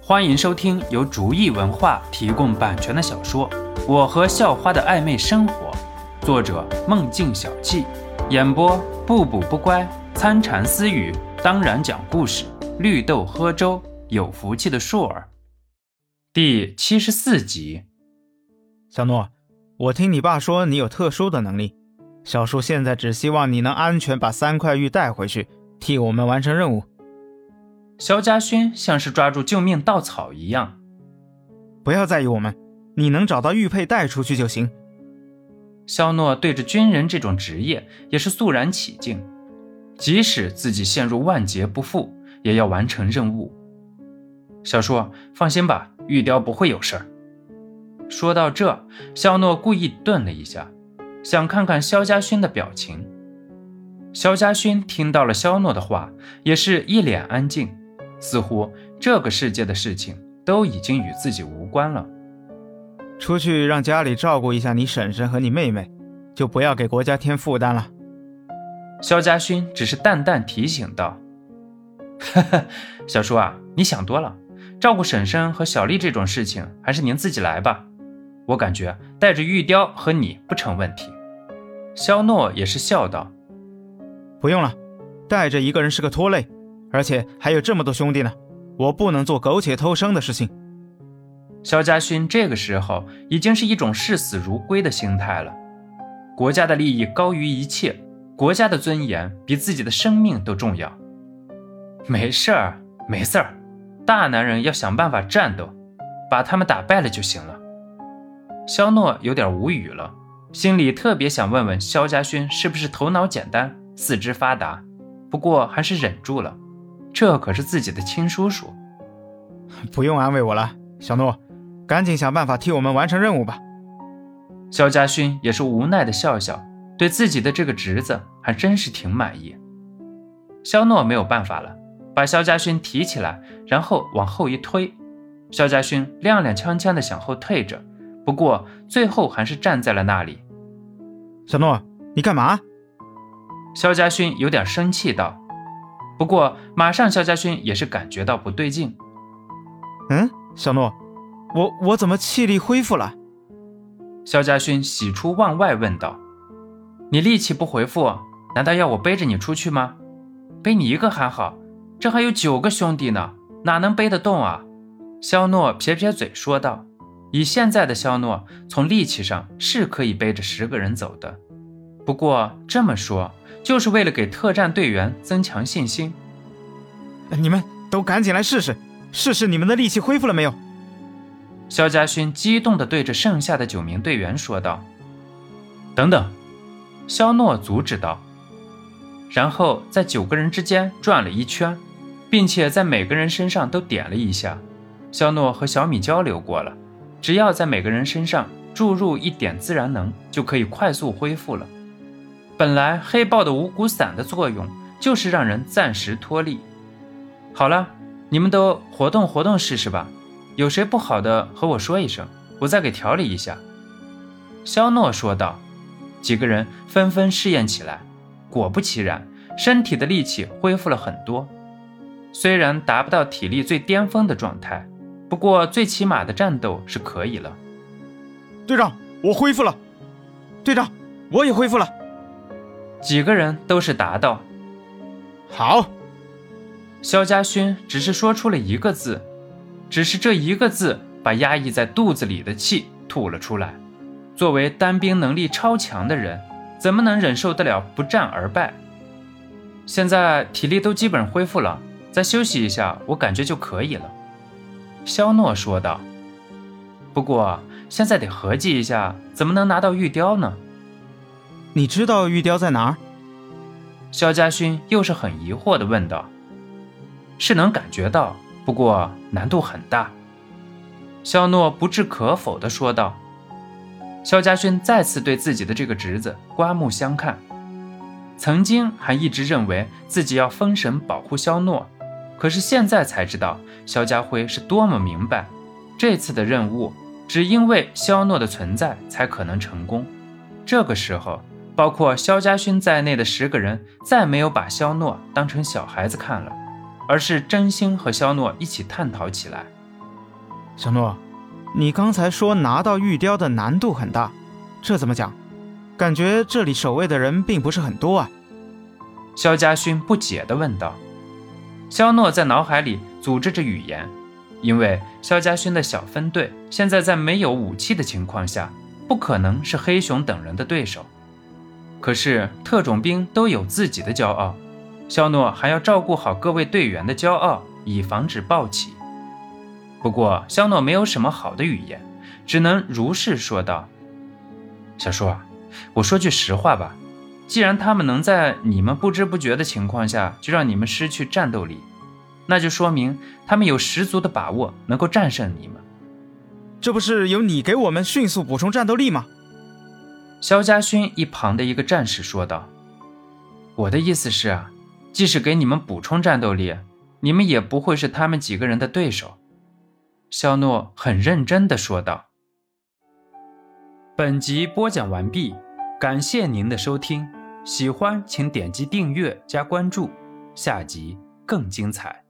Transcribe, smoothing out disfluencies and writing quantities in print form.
欢迎收听由竹意文化提供版权的小说《我和校花的暧昧生活》，作者梦境小憩，演播不补不乖、参禅私语，当然讲故事，绿豆喝粥，有福气的硕儿。第74集。 小诺，我听你爸说你有特殊的能力，小叔现在只希望你能安全把3块玉带回去，替我们完成任务。 萧家勋像是抓住救命稻草一样， 不要在意我们，你能找到玉佩带出去就行。 萧诺对着军人这种职业也是肃然起敬，即使自己陷入万劫不复，也要完成任务。小叔，放心吧，玉雕不会有事儿。说到这，萧诺故意顿了一下，想看看萧家勋的表情。萧家勋听到了萧诺的话，也是一脸安静，似乎这个世界的事情都已经与自己无关了。 出去让家里照顾一下你婶婶和你妹妹，就不要给国家添负担了。 萧家勋只是淡淡提醒道：呵呵，小叔啊，你想多了，照顾婶婶和小丽这种事情还是您自己来吧，我感觉带着玉雕和你不成问题。萧诺也是笑道： 不用了，带着一个人是个拖累，而且还有这么多兄弟呢，我不能做苟且偷生的事情。 萧家勋这个时候已经是一种视死如归的心态了，国家的利益高于一切，国家的尊严比自己的生命都重要。没事儿，没事儿，大男人要想办法战斗，把他们打败了就行了。萧诺有点无语了，心里特别想问问萧家勋是不是头脑简单，四肢发达，不过还是忍住了，这可是自己的亲叔叔。 不用安慰我了，小诺，赶紧想办法替我们完成任务吧。 萧家勋也是无奈的笑笑，对自己的这个侄子还真是挺满意。萧诺没有办法了，把萧家勋提起来，然后往后一推。萧家勋踉踉跄跄地向后退着，不过最后还是站在了那里。 小诺，你干嘛？ 萧家勋有点生气道，不过马上萧家勋也是感觉到不对劲。 小诺，我怎么气力恢复了？ 萧家勋喜出望外问道，你力气不恢复，难道要我背着你出去吗？背你一个还好，这还有9个兄弟呢，哪能背得动啊？萧诺撇撇嘴说道，以现在的萧诺，从力气上是可以背着10个人走的，不过这么说就是为了给特战队员增强信心。 你们都赶紧来试试你们的力气恢复了没有？ 萧家勋激动地对着剩下的9名队员说道。等等，萧诺阻止道，然后在9个人之间转了一圈，并且在每个人身上都点了一下。萧诺和小米交流过了，只要在每个人身上注入一点自然能，就可以快速恢复了。本来黑豹的五谷散的作用就是让人暂时脱力。好了，你们都活动活动试试吧，有谁不好的和我说一声，我再给调理一下。萧诺说道。几个人纷纷试验起来，果不其然，身体的力气恢复了很多。虽然达不到体力最巅峰的状态，不过最起码的战斗是可以了。 队长，我恢复了。队长，我也恢复了。 几个人都是答道。 好。 萧家勋只是说出了一个字，只是这一个字把压抑在肚子里的气吐了出来。作为单兵能力超强的人，怎么能忍受得了不战而败？现在体力都基本恢复了，再休息一下，我感觉就可以了。萧诺说道。不过现在得合计一下，怎么能拿到玉雕呢？ 你知道玉雕在哪儿？ 萧家勋又是很疑惑地问道。是能感觉到，不过难度很大。萧诺不置可否地说道。萧家勋再次对自己的这个侄子刮目相看，曾经还一直认为自己要封神保护萧诺，可是现在才知道萧家辉是多么明白，这次的任务只因为萧诺的存在才可能成功。这个时候，包括萧家勋在内的10个人再没有把萧诺当成小孩子看了，而是真心和萧诺一起探讨起来。 小诺，你刚才说拿到玉雕的难度很大，这怎么讲？感觉这里守卫的人并不是很多啊。 萧家勋不解地问道。萧诺在脑海里组织着语言，因为萧家勋的小分队现在在没有武器的情况下，不可能是黑熊等人的对手。可是特种兵都有自己的骄傲，萧诺还要照顾好各位队员的骄傲，以防止暴起。不过萧诺没有什么好的语言，只能如实说道：小叔，我说句实话吧，既然他们能在你们不知不觉的情况下就让你们失去战斗力，那就说明他们有十足的把握能够战胜你们。 这不是由你给我们迅速补充战斗力吗？ 萧家勋一旁的一个战士说道。我的意思是啊，即使给你们补充战斗力，你们也不会是他们几个人的对手。萧诺很认真地说道。本集播讲完毕，感谢您的收听，喜欢请点击订阅加关注，下集更精彩。